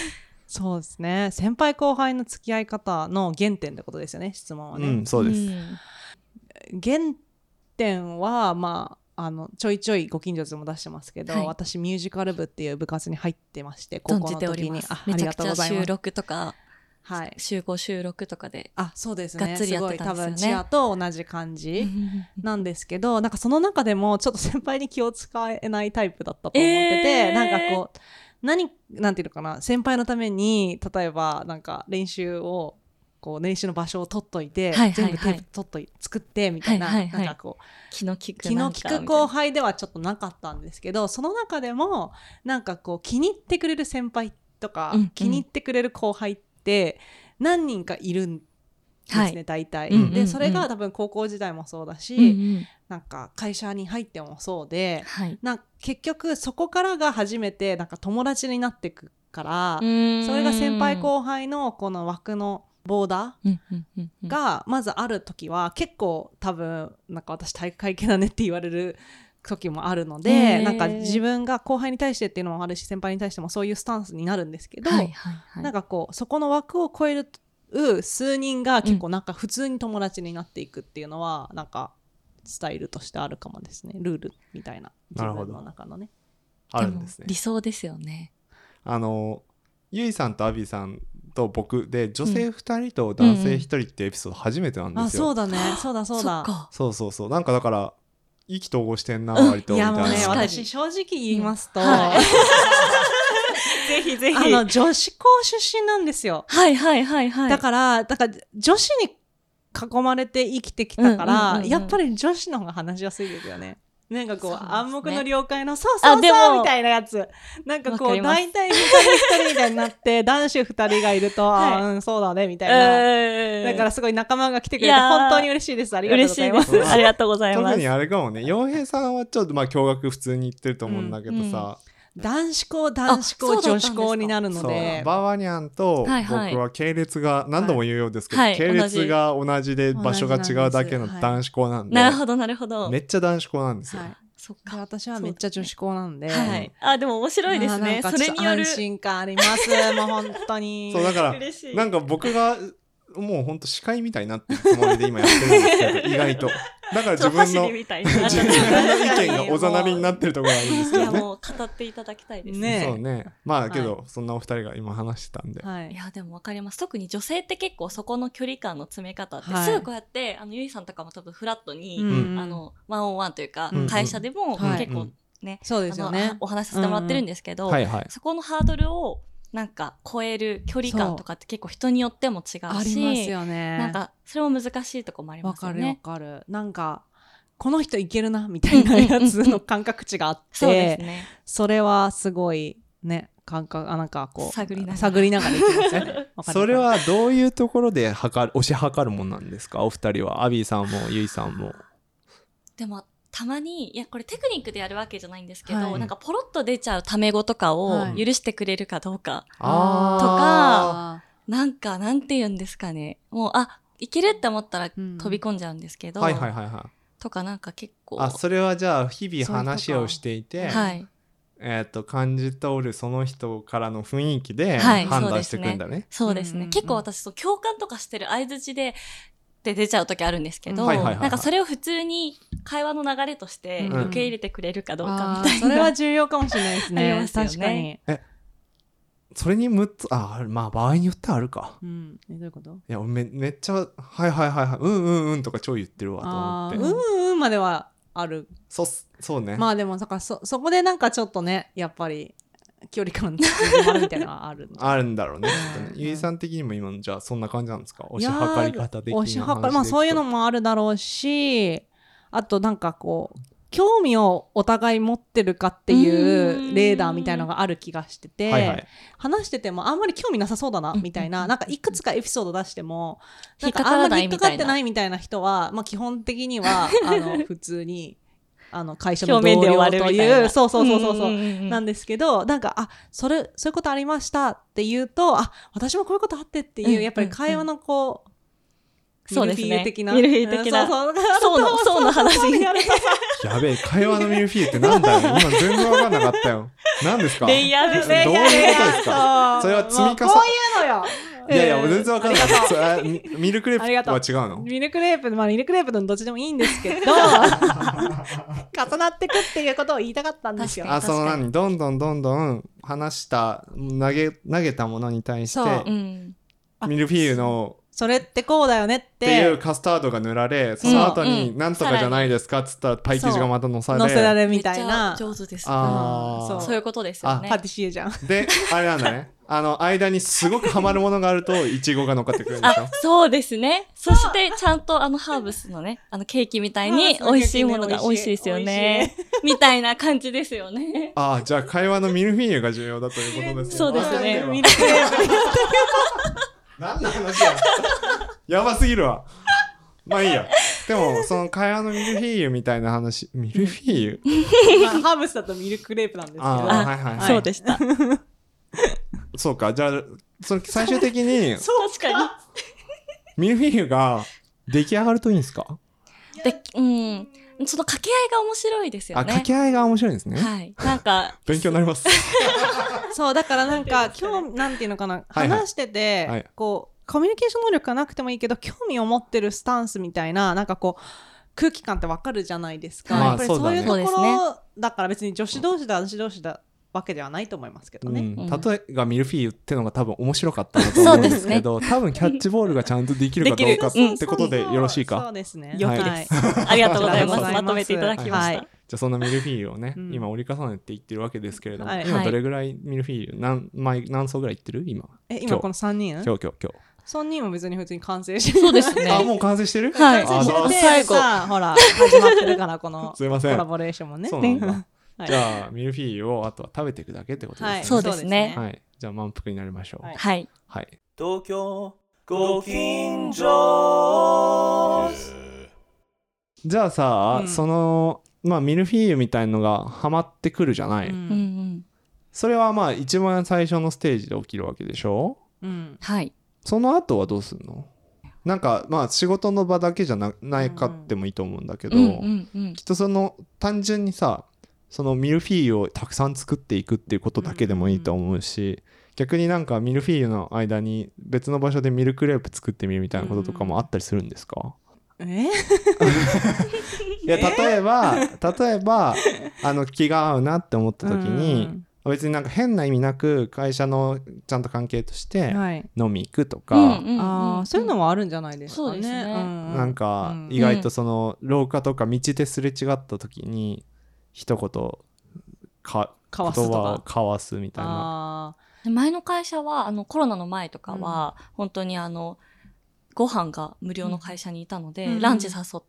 そうですね。先輩後輩の付き合い方の原点ってことですよね、質問はね。 うん、そうです。 原点は、まあ、ちょいちょいご近所図も出してますけど、私ミュージカル部っていう部活に入ってまして、高校の時に。 ありがとうございます。めちゃくちゃ収録とか、 はい、 集合収録とかでそうですね、 がっつりやってたんですよね。 すごい多分チアと同じ感じなんですけど、なんかその中でもちょっと先輩に気を使えないタイプだったと思ってて、なんかこうなんていうのかな、先輩のために例えばなんか練習の場所を取っといて、全部テープ作ってみたいな、なんかこう気の利く後輩ではちょっとなかったんですけど、その中でもなんかこう気に入ってくれる先輩とか、気に入ってくれる後輩って何人かいるんですね、大体。でそれが多分高校時代もそうだし、なんか会社に入ってもそうで、なんか結局そこからが初めてなんか友達になっていくから、それが先輩後輩のこの枠のボーダーがまずある時は結構多分なんか私体育会系だねって言われる時もあるので、なんか自分が後輩に対してっていうのもあるし、先輩に対してもそういうスタンスになるんですけど、なんかこうそこの枠を超える数人が結構なんか普通に友達になっていくっていうのはなんかスタイルとしてあるかもですね。ルールみたいな、自分の中のね。 あるんですね。 理想ですよね。 ゆいさんとアビーさんと僕で女性2人と男性1人ってエピソード初めてなんですよ。 そうだね、そうだそうなんかだから意気投合してんな割とみたいな。 いやもうね、私正直言いますと、 ぜひぜひ女子校出身なんですよ。だから女子に囲まれて生きてきたから、やっぱり女子の方が話しやすいですよね。なんかこう暗黙の了解のそうみたいなやつ、なんかこう大体2人1人みたいになって男子2人がいるとそうだねみたいな、だからすごい仲間が来てくれて本当に嬉しいです。ありがとうございます。 ありがとうございます。 特にあれかもね、洋平さんはちょっとまあ共学普通に言ってると思うんだけどさ、 男子校女子校になるので、 ババニャンと僕は系列が何度も言うようですけど、系列が同じで場所が違うだけの男子校なんで、 なるほどなるほど、 めっちゃ男子校なんですよ。 そっか、私はめっちゃ女子校なんで、 でも面白いですね。それによる安心感ありますもう本当に。 そうだからなんか僕がもう本当司会みたいになってるつもりで今やってるんですけど意外とだから自分の意見がおざなりになってるところがあるんですけどね。 もう語っていただきたいですね。 そうね。まあけど、そんなお二人が今話してたんで、 いやでも分かります。特に女性って結構そこの距離感の詰め方ってすぐこうやってゆいさんとかも多分フラットにワンオンワンというか会社でも結構ね、 そうですよね、 お話しさせてもらってるんですけど、そこのハードルをなんか超える距離感とかって結構人によっても違うし、 ありますよね。 なんかそれも難しいとこもありますよね。 わかる。なんかこの人いけるなみたいなやつの感覚値があってそうですね。それはすごいね、感覚なんかこう探りながらいきますよね。 それはどういうところで推し量るもんなんですか、お二人は。アビーさんもゆいさんも。 でもたまに、いやこれテクニックでやるわけじゃないんですけど、なんかポロッと出ちゃうタメ語とかを許してくれるかどうかとか、なんかなんて言うんですかね、もういけるって思ったら飛び込んじゃうんですけど、とかなんか結構それはじゃあ日々話をしていて、感じ取るその人からの雰囲気で判断していくんだね。 そうですね。結構私共感とかしてる相槌で出ちゃう時あるんですけど、なんかそれを普通に会話の流れとして受け入れてくれるかどうかみたいな、 それは重要かもしれないですね。確かに。 それに6つまあ場合によってはあるか。 どういうこと？ いやめっちゃうんとか超言ってるわと思って。 まではある。 そうね。 まあでもそこでなんかちょっとね、やっぱり距離感縮まるみたいなのはあるあるんだろうね。ゆいさん的にも今のじゃあそんな感じなんですか？推し量り方的な話で。 まあそういうのもあるだろうし、あとなんかこう興味をお互い持ってるかっていうレーダーみたいなのがある気がしてて、話しててもあんまり興味なさそうだなみたいな、なんかいくつかエピソード出してもなんかあんまり引っかかってないみたいな人は、まあ基本的には普通に会社の同僚というそうなんですけど、なんかそういうことありましたって言うと、私もこういうことあってっていう、やっぱり会話のこうそうですね。 ミルフィーユ的な。 ミルフィーユ的な。そうの話。 やべえ、会話のミルフィーユってなんだよ。今全然わかんなかったよ。何ですか？ レイヤーですね。 どういうことですか？それは積み重ね。 こういうのよ。 いやいや、全然わかんない。ミルクレープは違うの？ ミルクレープのどっちでもいいんですけど、重なってくっていうことを言いたかったんですよ。 その何、どんどん話した投げたものに対して、ミルフィーユのそれってこうだよねっていうカスタードが塗られ、その後になんとかじゃないですかっつったらパイ生地がまた乗せられみたいな。 上手です。 そういうことですよね。 パティシエじゃん。 で、あれなんだね。間にすごくハマるものがあるとイチゴが乗っかってくるんでしょ。 そうですね。そしてちゃんとハーブスのね、ケーキみたいに美味しいものが美味しいですよね。みたいな感じですよね。 じゃあ会話のミルフィーユが重要だということですね。 そうですね。 ミルクレープ。 何の話や。やばすぎるわ。まあいいや。でもその会話のミルフィーユみたいな話、ミルフィーユハーブスだとミルクレープなんですけど。 はい。 そうでした。 そうか。じゃあ最終的に確かにミルフィーユが出来上がるといいんですか？ その掛け合いが面白いですよね。 掛け合いが面白いんですね。 はい。なんか勉強になります。 そうだからなんか今日なんていうのかな、話しててこうコミュニケーション能力がなくてもいいけど興味を持ってるスタンスみたいななんかこう空気感ってわかるじゃないですか。やっぱりそういうところだから別に女子同士だ男子同士だわけではないと思いますけどね。 例えがミルフィーユってのが多分面白かったんだと思うんですけど、多分キャッチボールがちゃんとできるかどうかってことでよろしいか。 そうですね。 よくです。ありがとうございます。まとめていただきました。 じゃあそんなミルフィーユをね、今折り重ねていってるわけですけれども、今どれぐらいミルフィーユ何層ぐらいいってる今？ 今この3人？ 今日。 3人は別に普通に完成してる。 そうですね。 もう完成してる？ はい。最後ほら始まってるからこのすいませんコラボレーションもね。 そうなんだ。じゃあミルフィーユをあとは食べていくだけってことですね。 そうですね。 はい。じゃあ満腹になりましょう。 はい。 はい。 東京ご近所。 じゃあさ、そのミルフィーユみたいのがハマってくるじゃない。それは一番最初のステージで起きるわけでしょ。 はい。 その後はどうするの？なんか仕事の場だけじゃないかってもいいと思うんだけど、きっとその単純にさそのミルフィーユをたくさん作っていくっていうことだけでもいいと思うし、逆になんかミルフィーユの間に別の場所でミルクレープ作ってみるみたいなこととかもあったりするんですか？いや例えば気が合うなって思った時に、別になんか変な意味なく会社のちゃんと関係として飲み行くとか、 そういうのもあるんじゃないですかね。 なんか意外とその廊下とか道ですれ違った時に一言言葉を交わすみたいな。 前の会社はコロナの前とかは本当にご飯が無料の会社にいたので、ランチ誘って。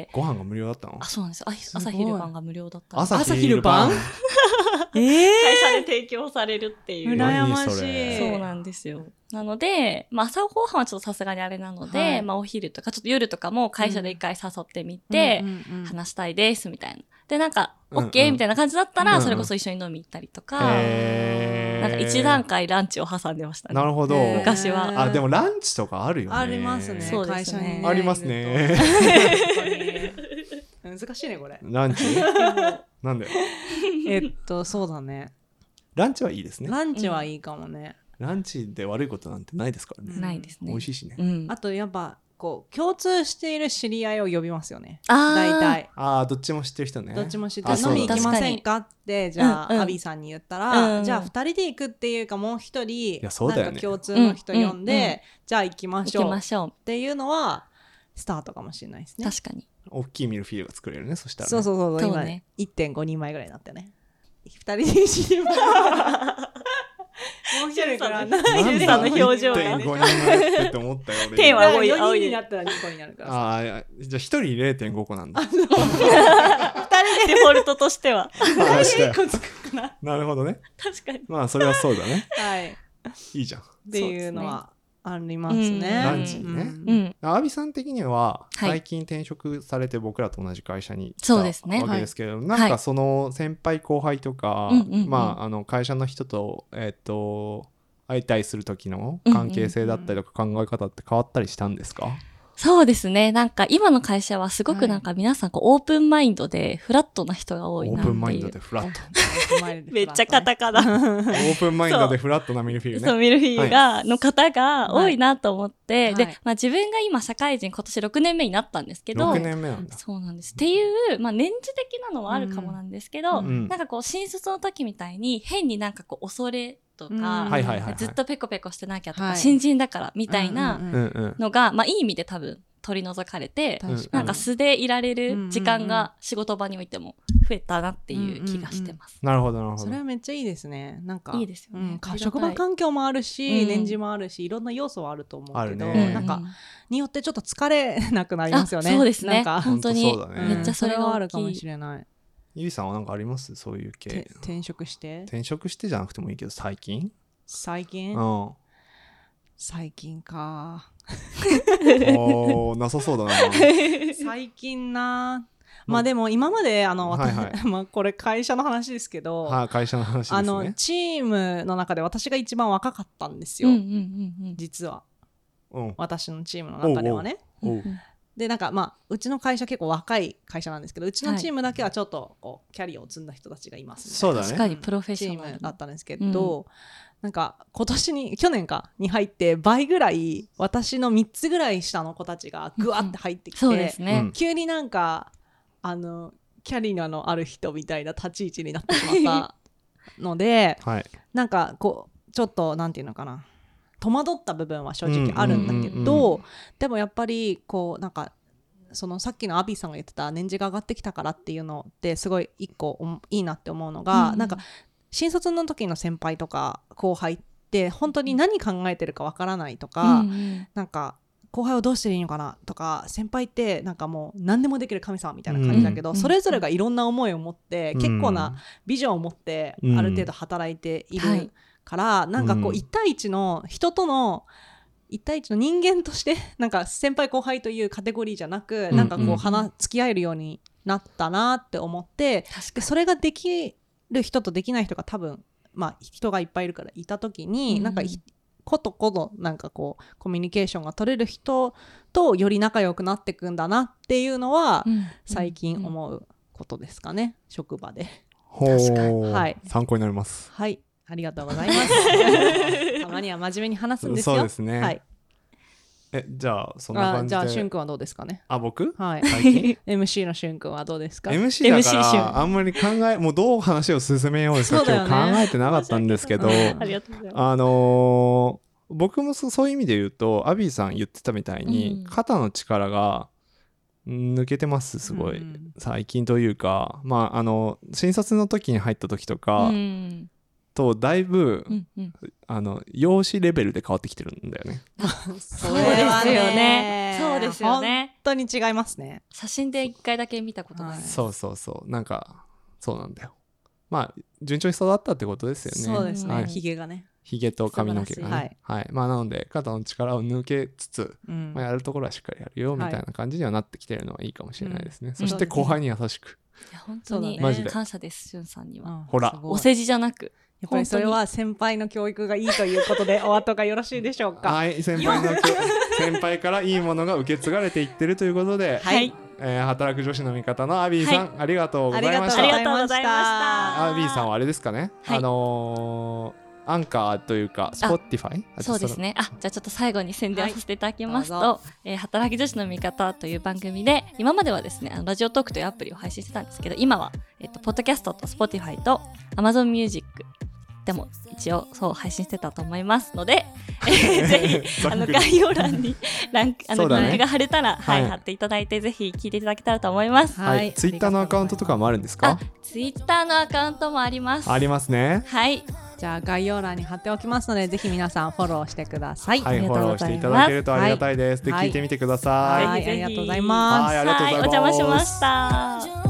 ご飯が無料だったの？ そうなんです。朝昼晩が無料だった。 朝昼晩会社で提供されるっていう。 羨ましい。 そうなんですよ。なので、朝ごはんはちょっとさすがにあれなので、お昼とかちょっと夜とかも会社で一回誘ってみて、話したいですみたいな。で、なんか、OK みたいな感じだったら、それこそ一緒に飲み行ったりとか、なんか一段階ランチを挟んでましたね。 なるほど。 昔は。 でもランチとかあるよね。 ありますね。 そうですね。 ありますね。 難しいね、これ。 ランチなんで？ そうだね。 ランチはいいですね。 ランチはいいかもね。 ランチで悪いことなんてないですからね。 ないですね。 美味しいしね。 あとやっぱこう共通している知り合いを呼びますよね。大体。 どっちも知ってる人ね。 どっちも知ってる。飲み行きませんかってじゃあアビーさんに言ったら、じゃあ2人で行くっていうかもう一人なんか共通の人呼んで、じゃあ行きましょうっていうのはスタートかもしれないですね。 確かに。 大きいミルフィーユが作れるね。そしたら。 そう今 1.5 人前ぐらいになってね。2人で一緒に。もう一人からジュさんの表情が 1.5 人前って思ったよ俺。 天は青い 4人になったら2個になるから。 じゃあ1人 0.5 個なんだ。 2人でデフォルトとしては。 2人で1個作るかな。 なるほどね。 確かに。 それはそうだね。 はい。 いいじゃん。 っていうのはありますね。 ランチね。アビさん的には最近転職されて僕らと同じ会社に来たわけですけど、なんかその先輩後輩とか会社の人と相対する時の関係性だったりとか考え方って変わったりしたんですか？ そうですね。なんか今の会社はすごくなんか皆さんこうオープンマインドでフラットな人が多いなっていう。 オープンマインドでフラット。 めっちゃカタカナ。オープンマインドでフラットなミルフィーユね。 そう、ミルフィーユが、の方が多いなと思って、で、まあ自分が今社会人今年6年目になったんですけど、 6年目なんだ。 そうなんです。っていう、まあ年次的なのはあるかもなんですけど、なんかこう新卒の時みたいに変になんかこう恐れとか、ずっとペコペコしてなきゃとか、新人だからみたいなのが、まあいい意味で多分取り除かれて、なんか素でいられる時間が仕事場においても増えたなっていう気がしてます。 なるほどなるほど。 それはめっちゃいいですね。なんかいいですよね。 職場環境もあるし、年次もあるし、いろんな要素はあると思うけど、なんかによってちょっと疲れなくなりますよね。 そうですね。 なんか本当にめっちゃそれがあるかもしれない。 ゆいさんはなんかあります？そういう系。 転職してじゃなくてもいいけど、最近か。 なさそうだな。 最近な。まあでも今までまあこれ会社の話ですけど、 会社の話ですね。 チームの中で私が一番若かったんですよ。実は。私のチームの中ではね。でなんかまあうちの会社結構若い会社なんですけど、うちのチームだけはちょっとこうキャリアを積んだ人たちがいますね。 そうだね。 確かにプロフェッショナルチームだったんですけど、なんか去年に入って倍ぐらい私の3つぐらい下の子たちがぐわって入ってきて、 そうですね。 急になんかキャリアのある人みたいな立ち位置になってしまったので、なんかこうちょっとなんていうのかな、戸惑った部分は正直あるんだけど、でもやっぱりこうなんかそのさっきのアビーさんが言ってた年次が上がってきたからっていうのってすごい一個いいなって思うのが、なんか新卒の時の先輩とか後輩って本当に何考えてるかわからないとか、なんか後輩をどうしていいのかなとか、先輩ってなんかもう何でもできる神様みたいな感じだけど、それぞれがいろんな思いを持って、結構なビジョンを持ってある程度働いているから、なんかこう1対1の人との1対1の人間としてなんか先輩後輩というカテゴリーじゃなく、なんかこう付き合えるようになったなって思って、でそれができる人とできない人が多分まあ人がいっぱいいるからいた時に、なんかことなんかこうコミュニケーションが取れる人とより仲良くなっていくんだなっていうのは最近思うことですかね、職場で。 参考になります。 はい、ありがとうございますたまには真面目に話すんですよ。 そうですね。はい。じゃあそんな感じで。 じゃあしゅんくんはどうですかね。 僕？ はい。MC のしゅんくんはどうですか。 MC だからあんまりもうどう話を進めようですか今日考えてなかったんですけど、 ありがとうございます。 僕もそういう意味で言うとアビーさん言ってたみたいに、肩の力が抜けてますすごい、最近というか、まあ新卒の時に入った時とか、とだいぶ、容姿レベルで変わってきてるんだよね。 そうですよね。そうですよね。 本当に違いますね。 写真で1回だけ見たことない。 そうなんかそうなんだよ。まあ順調に育ったってことですよね。 そうですね。ヒゲがね。 ヒゲと髪の毛がね。はい。まあなので肩の力を抜けつつ、やるところはしっかりやるよみたいな感じにはなってきてるのはいいかもしれないですね。そして後輩に優しく。 いや本当に感謝です、しゅんさんには。 ほら、 お世辞じゃなく。 やっぱりそれは先輩の教育がいいということでお後がよろしいでしょうか。 はい、先輩からいいものが受け継がれていってるということで、 はい、 働く女子の味方のアビーさん、ありがとうございました。 ありがとうございました。 アビーさんはあれですかね、アンカーというか Spotify？ そうですね。じゃあちょっと最後に宣伝をさせていただきますと、働き女子の味方という番組で、今まではですねラジオトークというアプリを配信してたんですけど、今はポッドキャストと Spotify と Amazon Musicでも一応そう配信してたと思いますので、ぜひ概要欄にリンクが貼れたら、貼っていただいてぜひ聞いていただけたらと思います。 はい。ツイッターのアカウントとかもあるんですか？ ツイッターのアカウントもあります。 ありますね。 はい。 じゃあ概要欄に貼っておきますので、ぜひ皆さんフォローしてください。 はい、フォローしていただけるとありがたいです。で、聞いてみてください。 はい、ありがとうございます。 はい、ありがとうございます。 お邪魔しました。